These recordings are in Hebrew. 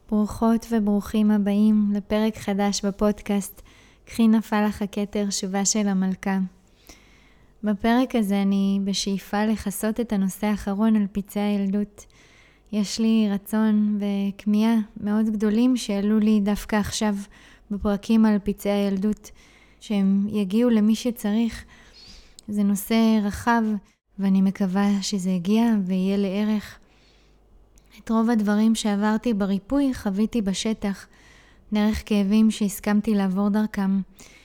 ברוכות וברוכים הבאים לפרק חדש בפודקאסט קחי נפל לך הכתר שובה של המלכה. בפרק הזה אני בשאיפה לחסות את הנושא האחרון על פצעי הילדות. יש לי רצון וכמיהה מאוד גדולים שעלו לי דווקא עכשיו בפרקים על פצעי הילדות, שהם יגיעו למי שצריך. זה נושא רחב ואני מקווה שזה יגיע ויהיה לערך. את רוב הדברים שעברתי בריפוי חוויתי בשטח, דרך כאבים שהסכמתי לעבור דרכם.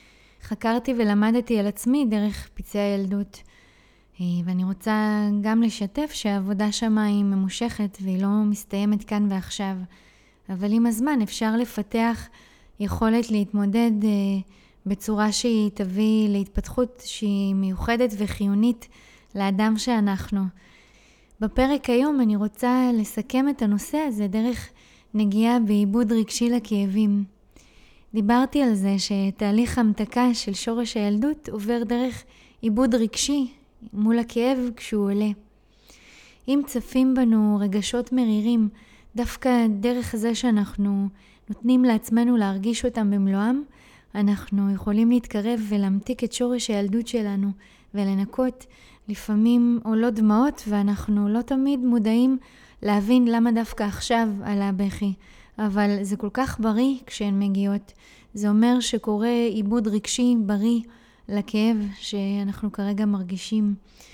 חקרתי ולמדתי על עצמי דרך פצעי הילדות. ואני רוצה גם לשתף שהעבודה שמה היא ממושכת והיא לא מסתיימת כאן ועכשיו. אבל עם הזמן אפשר לפתח יכולת להתמודד בצורה שהיא תביא להתפתחות שהיא מיוחדת וחיונית לאדם שאנחנו. בפרק היום אני רוצה לסכם את הנושא הזה דרך נגיעה בעיבוד רגשי לכאבים. דיברתי על זה שתהליך המתקה של שורש הילדות עובר דרך עיבוד רגשי מול הכאב כשהוא עולה. אם צפים בנו רגשות מרירים, דווקא דרך זה שאנחנו נותנים לעצמנו להרגיש אותם במלואם, אנחנו יכולים להתקרב ולהמתיק את שורש הילדות שלנו ולנקות. לפעמים עולות דמעות ואנחנו לא תמיד מודעים להבין למה דווקא עכשיו עלה הבכי. אבל זה כל כך בריא כשהן מגיעות. זה אומר שקורה עיבוד רגשי בריא לכאב שאנחנו כרגע מרגישים.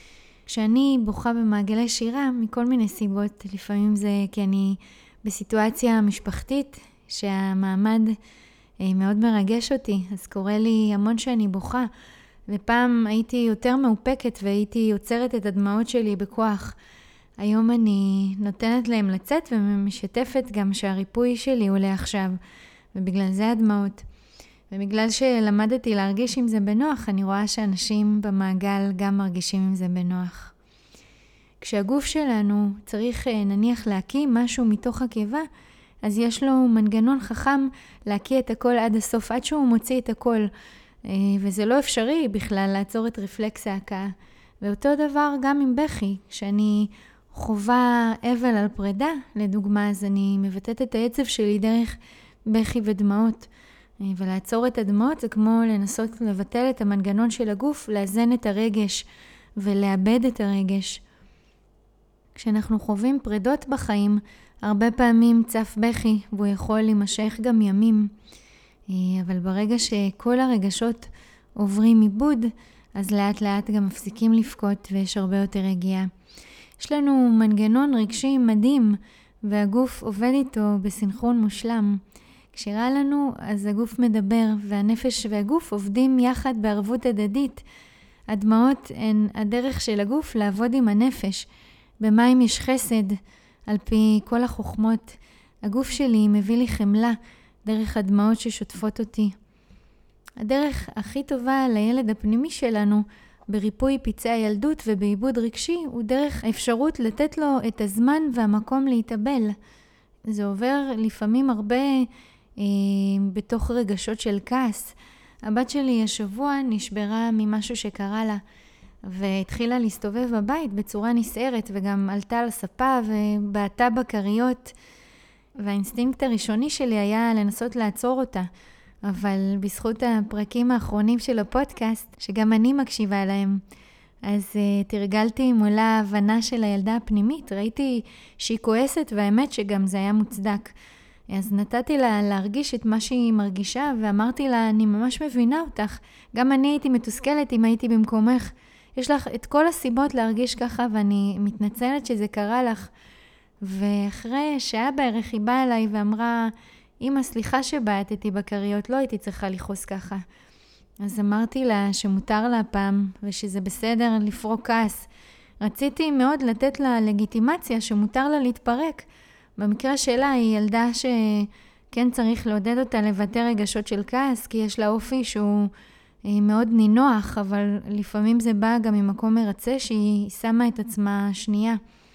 כשאני בוכה במעגלי שירה מכל מיני סיבות, לפעמים זה כי אני בסיטואציה משפחתית שהמעמד מאוד מרגש אותי, אז קורה לי המון שאני בוכה. ופעם הייתי יותר מאופקת והייתי יוצרת את הדמעות שלי בכוח. היום אני נותנת להם לצאת ומשתפת גם שהריפוי שלי עולה עכשיו. ובגלל זה הדמעות. ובגלל שלמדתי להרגיש עם זה בנוח, אני רואה שאנשים במעגל גם מרגישים עם זה בנוח. כשהגוף שלנו צריך נניח להקיא משהו מתוך הקיבה, אז יש לו מנגנון חכם להקיא את הכל עד הסוף, עד שהוא מוציא את הכל. וזה לא אפשרי בכלל לעצור את רפלקס ההקאה. ואותו דבר גם עם בכי, כשאני חובה אבל על פרידה, לדוגמה, אז אני מבטאת את העצב שלי דרך בכי ודמעות. ולעצור את הדמעות זה כמו לנסות לבטל את המנגנון של הגוף, לאזן את הרגש ולאבד את הרגש. כשאנחנו חווים פרידות בחיים, הרבה פעמים צף בכי והוא יכול להימשך גם ימים. אבל ברגע שכל הרגשות עוברים עיבוד, אז לאט לאט גם מפסיקים לבכות ויש הרבה יותר רגיעה. יש לנו מנגנון רגשי מדהים והגוף עובד איתו בסנכרון מושלם. כשרע לנו אז הגוף מדבר והנפש והגוף עובדים יחד בערבות הדדית. הדמעות הן הדרך של הגוף לעבוד עם הנפש. במים יש חסד על פי כל החוכמות. הגוף שלי מביא לי חמלה דרך הדמעות ששוטפות אותי. הדרך הכי טובה לילד הפנימי שלנו בריפוי פצעי הילדות ובעיבוד רגשי הוא דרך האפשרות לתת לו את הזמן והמקום להתאבל. זה עובר לפעמים הרבה בתוך רגשות של כעס. הבת שלי השבוע נשברה ממשהו שקרה לה והתחילה להסתובב בבית בצורה נסערת וגם עלתה על הספה ובעטה בכריות. והאינסטינקט הראשוני שלי היה לנסות לעצור אותה. אבל בזכות הפרקים האחרונים של הפודקאסט, שגם אני מקשיבה להם, אז תרגלתי מולה ההבנה של הילדה הפנימית. ראיתי שהיא כועסת והאמת שגם זה היה מוצדק. אז נתתי לה להרגיש את מה שהיא מרגישה ואמרתי לה, אני ממש מבינה אותך. גם אני הייתי מתוסכלת אם הייתי במקומך. יש לך את כל הסיבות להרגיש ככה ואני מתנצלת שזה קרה לך. ואחרי שעה בערך היא באה אליי ואמרה, אמא סליחה שבעטתי בכריות, לא הייתי צריכה לכעוס ככה. אז אמרתי לה שמותר לה פעם ושזה בסדר לפרוק כעס. רציתי מאוד לתת לה לגיטימציה שמותר לה להתפרק. במקרה שלה היא ילדה שכן צריך לעודד אותה לבטא רגשות של כעס, כי יש לה אופי שהוא מאוד נינוח, אבל לפעמים זה בא גם ממקום מרצה שהיא שמה את עצמה שנייה.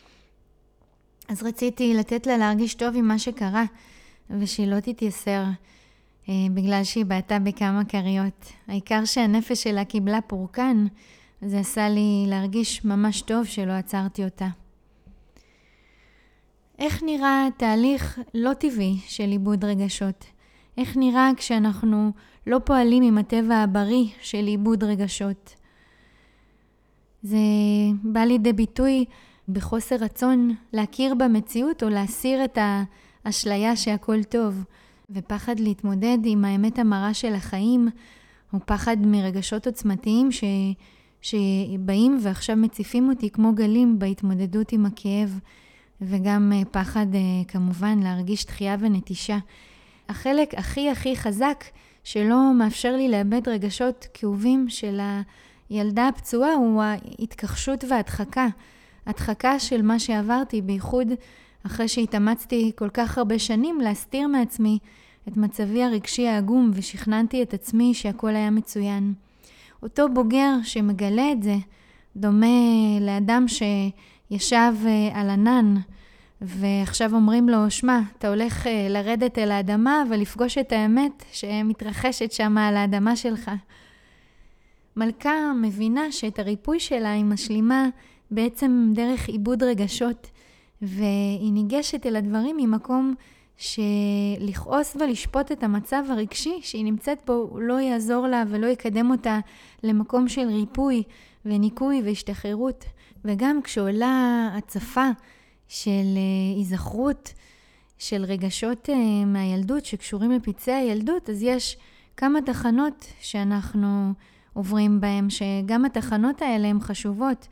אז רציתי לתת לה להרגיש טוב עם מה שקרה, ושהיא לא תתייסר בגלל שהיא בעטה בכמה קריות. העיקר שהנפש שלה קיבלה פורקן, זה עשה לי להרגיש ממש טוב שלא עצרתי אותה. איך נראה תהליך לא טבעי של איבוד רגשות? איך נראה כשאנחנו לא פועלים עם הטבע הבריא של איבוד רגשות? זה בא לידי ביטוי בחוסר רצון להכיר במציאות או להסיר את האשליה שהכל טוב, ופחד להתמודד עם האמת המרה של החיים, או פחד מרגשות עוצמתיים שבאים ועכשיו מציפים אותי כמו גלים בהתמודדות עם הכאב, וגם פחד כמובן להרגיש דחייה ונטישה. החלק הכי חזק שלא מאפשר לי לאבד רגשות כאובים של הילדה הפצועה הוא ההתכחשות וההדחקה. הדחקה של מה שעברתי, בייחוד אחרי שהתאמצתי כל כך הרבה שנים להסתיר מעצמי את מצבי הרגשי העגום, ושכננתי את עצמי שהכל היה מצוין. אותו בוגר שמגלה את זה דומה לאדם שישב על ענן, ועכשיו אומרים לו, שמע, אתה הולך לרדת אל האדמה ולפגוש את האמת שמתרחשת שם על האדמה שלך. מלכה מבינה שאת הריפוי שלה היא משלימה בעצם דרך עיבוד רגשות, והיא ניגשת אל הדברים ממקום שלכעוס ולשפוט את המצב הרגשי שהיא נמצאת בו לא יעזור לה ולא יקדם אותה למקום של ריפוי וניקוי והשתחררות. וגם כשעולה הצפה של היזכרות של רגשות מהילדות שקשורים לפצעי הילדות, אז יש כמה תחנות שאנחנו עוברים בהם, שגם התחנות האלה הן חשובות.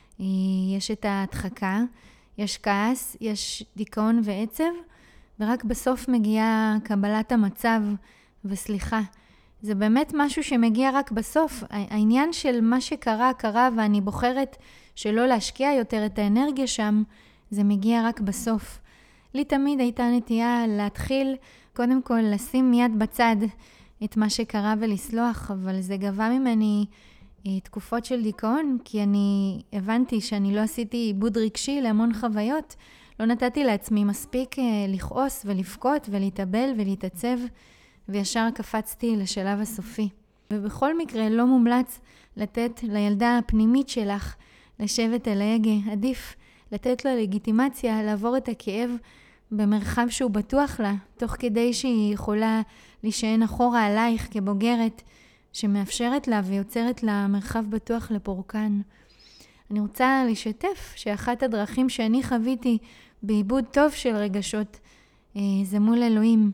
יש את ההדחקה, יש כעס, יש דיכאון ועצב, ורק בסוף מגיעה קבלת המצב וסליחה. זה באמת משהו שמגיע רק בסוף. העניין של מה שקרה, קרה, ואני בוחרת שלא להשקיע יותר את האנרגיה שם, זה מגיע רק בסוף. לי תמיד הייתה נטייה להתחיל, קודם כל לשים מיד בצד את מה שקרה ולסלוח, אבל זה גבה ממני תקופות של דיכאון, כי אני הבנתי שאני לא עשיתי עיבוד רגשי להמון חוויות, לא נתתי לעצמי מספיק לכעוס ולבכות ולהתאבל ולהתעצב, וישר קפצתי לשלב הסופי. ובכל מקרה לא מומלץ לתת לילדה הפנימית שלך לשבת על ההגה. עדיף לתת לה לגיטימציה לעבור את הכאב במרחב שהוא בטוח לה, תוך כדי שהיא יכולה להישען אחורה עלייך כבוגרת שמאפשרת לה ויוצרת לה מרחב בטוח לפורקן. אני רוצה לשתף שאחת הדרכים שאני חוויתי בעיבוד טוב של רגשות זה מול אלוהים,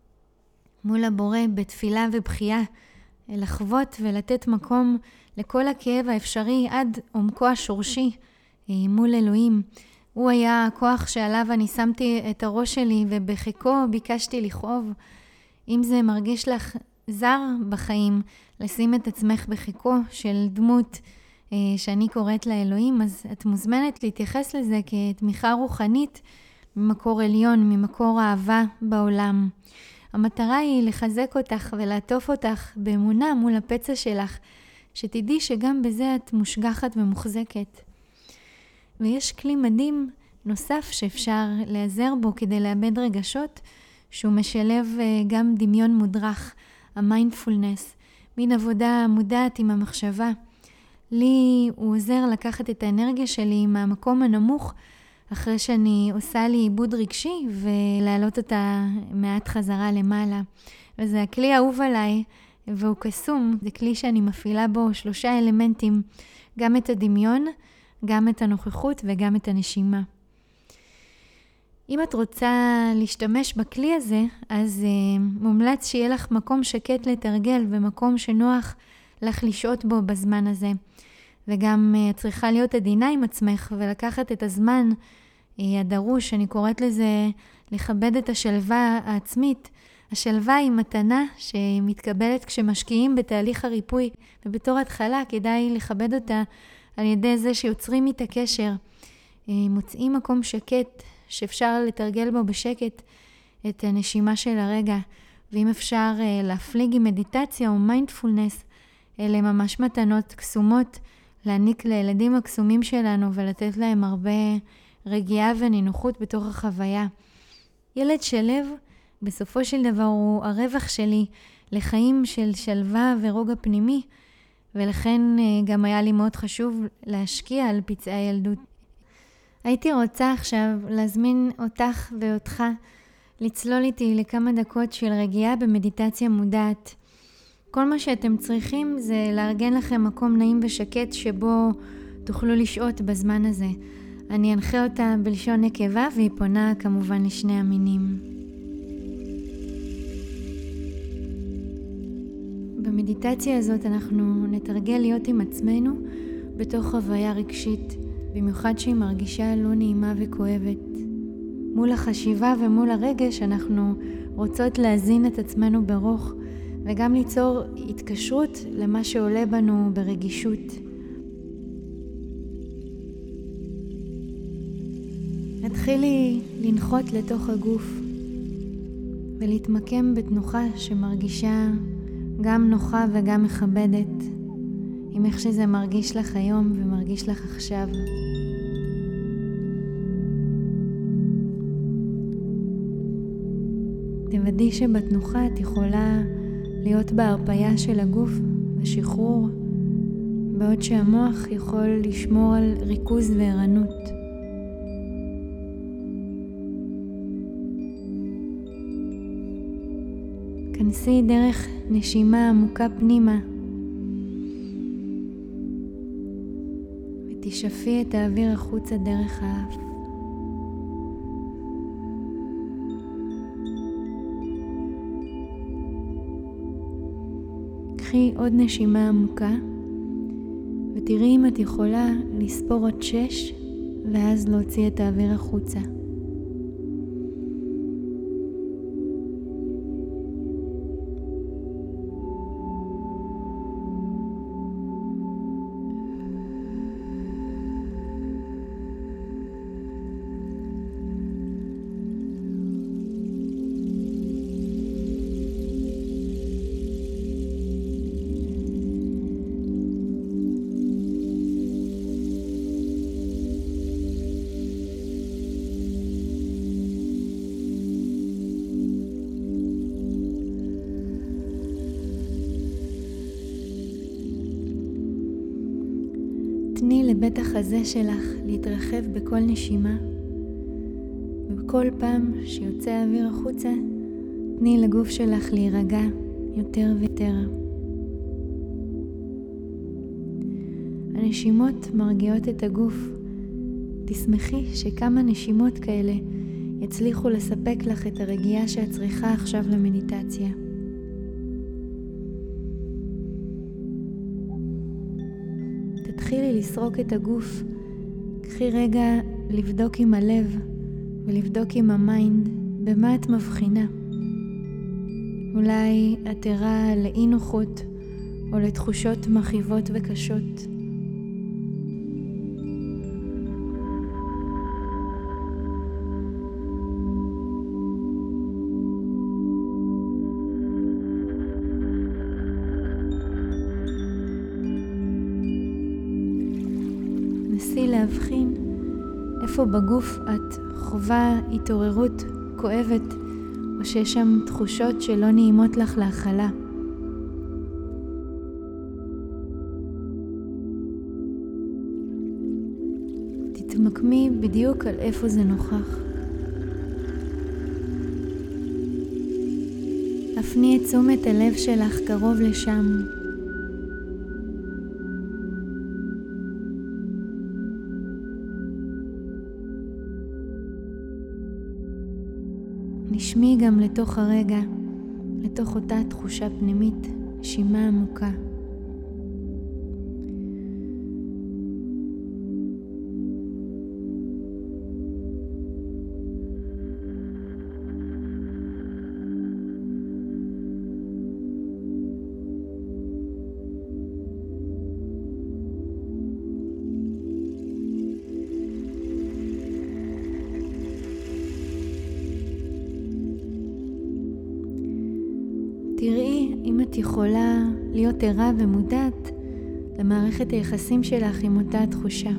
מול הבורא, בתפילה ובחייה, לחוות ולתת מקום לכל הכאב האפשרי עד עומקו השורשי מול אלוהים. הוא היה הכוח שעליו אני שמתי את הראש שלי ובחיקו ביקשתי לכאוב. אם זה מרגיש לך זר בחיים לשים את עצמך בחיקו של דמות שאני קוראת לה אלוהים, אז את מוזמנת להתייחס לזה כתמיכה רוחנית ממקור עליון, ממקור אהבה בעולם. המטרה היא לחזק אותך ולעטוף אותך באמונה מול הפצע שלך, שתדעי שגם בזה את מושגחת ומוחזקת. ויש כלי מדהים נוסף שאפשר להיעזר בו כדי לאבד רגשות, שהוא משלב גם דמיון מודרך, המיינדפולנס, מין עבודה מודעת עם המחשבה. לי הוא עוזר לקחת את האנרגיה שלי מהמקום הנמוך, אחרי שאני עושה לי עיבוד רגשי, ולהעלות אותה מעט חזרה למעלה. וזה הכלי האהוב עליי, והוא קסום. זה כלי שאני מפעילה בו 3 אלמנטים, גם את הדמיון, גם את הנוכחות וגם את הנשימה. אם את רוצה להשתמש בכלי הזה, אז מומלץ שיהיה לך מקום שקט לתרגל ומקום שנוח לך לשהות בו בזמן הזה. וגם צריכה להיות עדינה עם עצמך ולקחת את הזמן הדרוש, אני קוראת לזה לכבד את השלווה העצמית. השלווה היא מתנה שמתקבלת כשמשקיעים בתהליך הריפוי, ובתור התחלה כדאי לכבד אותה על ידי זה שיוצרים איתה קשר. מוצאים מקום שקט שאפשר לתרגל בו בשקט את הנשימה של הרגע, ואם אפשר להפליג עם מדיטציה או מיינדפולנס, אלה ממש מתנות קסומות להעניק לילדים הקסומים שלנו ולתת להם הרבה רגיעה ונינוחות בתוך החוויה. ילד שלב בסופו של דבר הוא הרווח שלי לחיים של שלווה ורוגע פנימי, ולכן גם היה לי מאוד חשוב להשקיע על פצעי הילדות. הייתי רוצה עכשיו להזמין אותך ואותך לצלול איתי לכמה דקות של רגיעה במדיטציה מודעת. כל מה שאתם צריכים זה לארגן לכם מקום נעים ושקט שבו תוכלו לשהות בזמן הזה. אני אנחה אותה בלשון נקבה והיא פונה כמובן לשני המינים. במדיטציה הזאת אנחנו נתרגל להיות עם עצמנו בתוך חוויה רגשית, במיוחד שהיא מרגישה לא נעימה וכואבת. מול החשיבה ומול הרגש אנחנו רוצות להזין את עצמנו ברוך וגם ליצור התקשרות למה שעולה בנו ברגישות. התחילי לנחות לתוך הגוף ולהתמקם בתנוחה שמרגישה גם נוחה וגם מכבדת, עם איך שזה מרגיש לך היום ומרגיש לך עכשיו. תוודאי שבתנוחה את יכולה להיות בהרפאיה של הגוף ושחרור, בעוד שהמוח יכול לשמור על ריכוז וערנות. כנסי דרך נשימה עמוקה פנימה ותשאפי את האוויר החוצה דרך האף. קחי עוד נשימה עמוקה ותראי אם את יכולה לספור עוד 6 ואז להוציא את האוויר החוצה. תני לבית החזה שלך להתרחב בכל נשימה, ובכל פעם שיוצא האוויר החוצה, תני לגוף שלך להירגע יותר ויותר. הנשימות מרגיעות את הגוף. תשמחי שכמה נשימות כאלה יצליחו לספק לך את הרגיעה שאת צריכה עכשיו למדיטציה. תתחילי לסרוק את הגוף. קחי רגע לבדוק עם הלב ולבדוק עם המיינד במה את מבחינה. אולי את ערה לאי נוחות או לתחושות מכאיבות וקשות. נסי להבחין איפה בגוף את חווה התעוררות כואבת או שיש שם תחושות שלא נעימות לך להכלה. תתמקמי בדיוק על איפה זה נוכח. הפני את תשומת הלב שלך קרוב לשם. נשמי גם לתוך הרגע, לתוך אותה תחושה פנימית, נשימה עמוקה. תראי אם את יכולה להיות ערה ומודעת למערכת היחסים שלך עם אותה התחושה.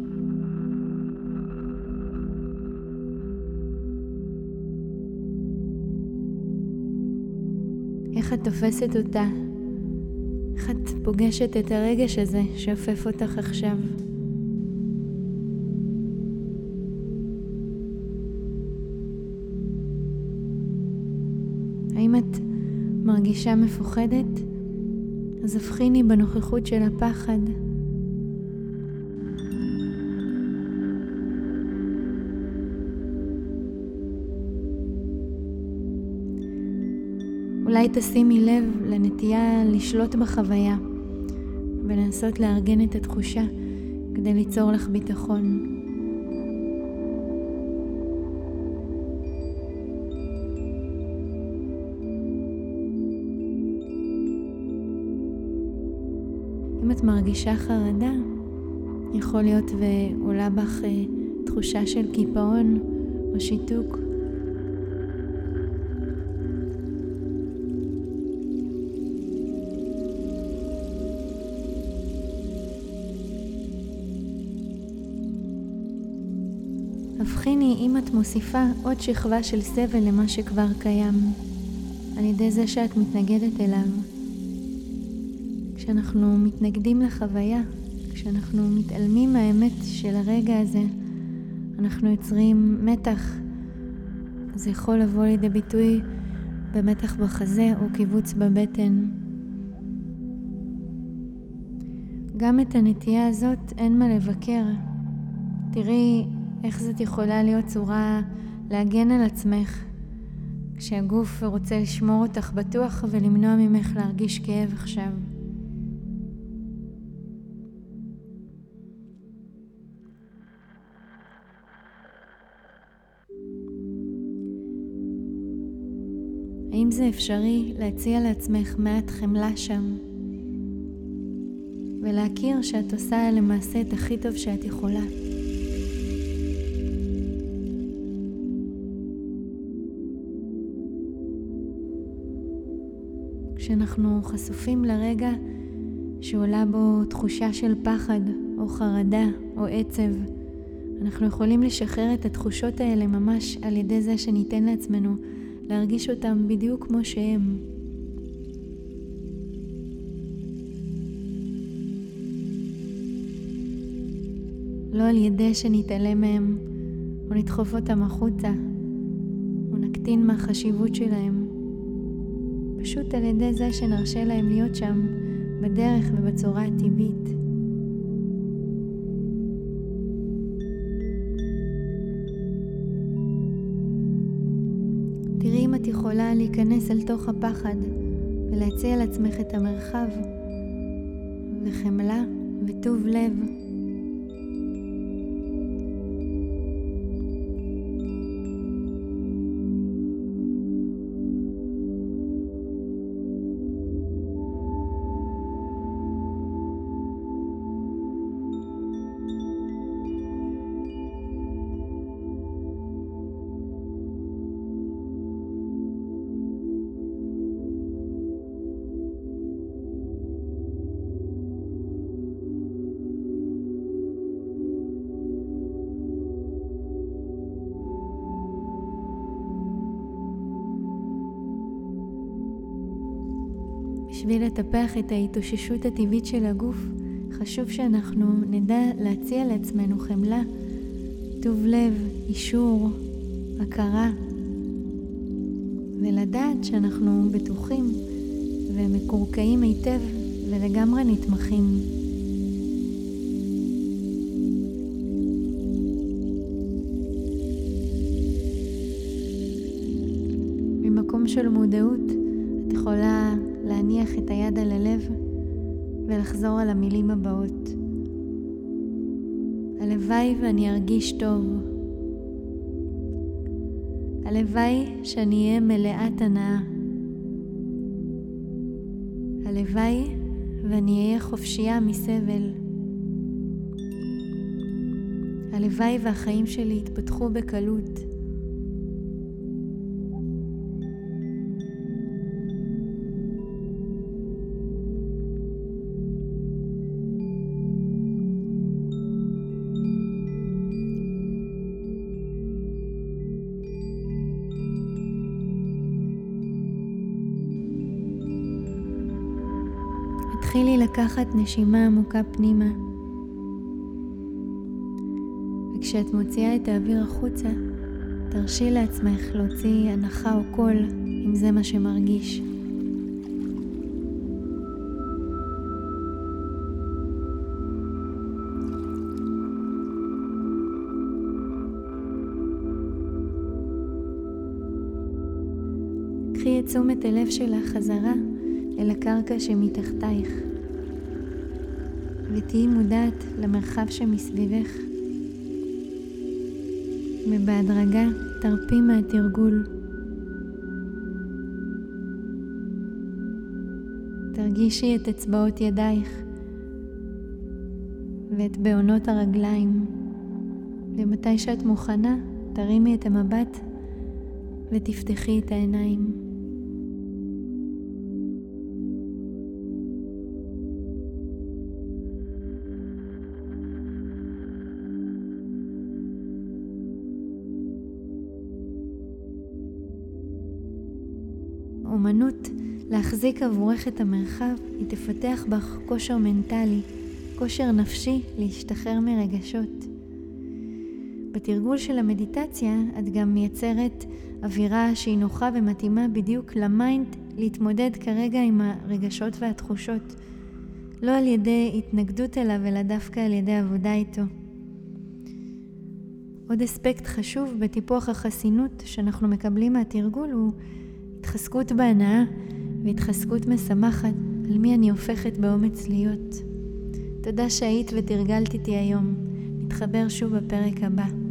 איך את תופסת אותה? איך את פוגשת את הרגש הזה שאופף אותך עכשיו? האם את מרגישה מפוחדת? אז הבחיני בנוכחות של הפחד. אולי תשימי לב לנטייה לשלוט בחוויה ולנסות לארגן את התחושה כדי ליצור לך ביטחון. אם את מרגישה חרדה, יכול להיות ועולה בך תחושה של קיפאון או שיתוק. הבחיני אם את מוסיפה עוד שכבה של סבל למה שכבר קיים, על ידי זה שאת מתנגדת אליו. כשאנחנו מתנגדים לחוויה, כשאנחנו מתעלמים מהאמת של הרגע הזה, אנחנו יוצרים מתח. זה יכול לבוא לידי ביטוי במתח בחזה או קיבוץ בבטן. גם את הנטייה הזאת אין מה לבקר. תראי איך זאת יכולה להיות צורה להגן על עצמך, כשהגוף רוצה לשמור אותך בטוח ולמנוע ממך להרגיש כאב עכשיו. האם זה אפשרי להציע לעצמך מעט חמלה שם, ולהכיר שאת עושה למעשה את הכי טוב שאת יכולה? כשאנחנו חשופים לרגע שעולה בו תחושה של פחד או חרדה או עצב, אנחנו יכולים לשחרר את התחושות האלה ממש על ידי זה שניתן לעצמנו להרגיש אותם בדיוק כמו שהם. לא על ידי שנתעלם מהם או נדחוף אותם החוצה או נקטין מהחשיבות שלהם, פשוט על ידי זה שנרשה להם להיות שם בדרך ובצורה הטבעית. תראי אם את יכולה להיכנס אל תוך הפחד ולהציע לעצמך את המרחב וחמלה וטוב לב. בשביל לטפח את ההתאוששות הטבעית של הגוף, חשוב שאנחנו נדע להציע לעצמנו חמלה, טוב לב, אישור, הכרה, ולדעת שאנחנו בטוחים ומקורקעים היטב ולגמרי נתמכים. ממקום של מודעות, את יכולה להניח את היד על הלב ולחזור על המילים הבאות. הלוואי ואני ארגיש טוב. הלוואי שאני אהיה מלאת הנאה. הלוואי ואני אהיה חופשייה מסבל. הלוואי והחיים שלי יתפתחו בקלות. תתחילי לקחת נשימה עמוקה פנימה, וכשאת מוציאה את האוויר החוצה, תרשי לעצמך להוציא הנחה או קול עם אם זה מה שמרגיש. קחי את תשומת הלב שלך חזרה אל הקרקע שמתחתייך, ותהי מודעת למרחב שמסביבך. ובהדרגה תרפי מהתרגול. תרגישי את אצבעות ידייך ואת בעונות הרגליים, ומתי שאת מוכנה תרימי את המבט ותפתחי את העיניים. אומנות להחזיק עבורך את המרחב, היא תפתח בך כושר מנטלי, כושר נפשי להשתחרר מרגשות. בתרגול של המדיטציה את גם מייצרת אווירה שהיא נוחה ומתאימה בדיוק למיינד להתמודד כרגע עם הרגשות והתחושות, לא על ידי התנגדות אליו אלא דווקא על ידי עבודה איתו. עוד אספקט חשוב בטיפוח החסינות שאנחנו מקבלים מהתרגול הוא התחזקות בהנאה והתחזקות משמחת על מי אני הופכת באומץ להיות. תודה שהיית ותרגלת איתי היום. נתחבר שוב בפרק הבא.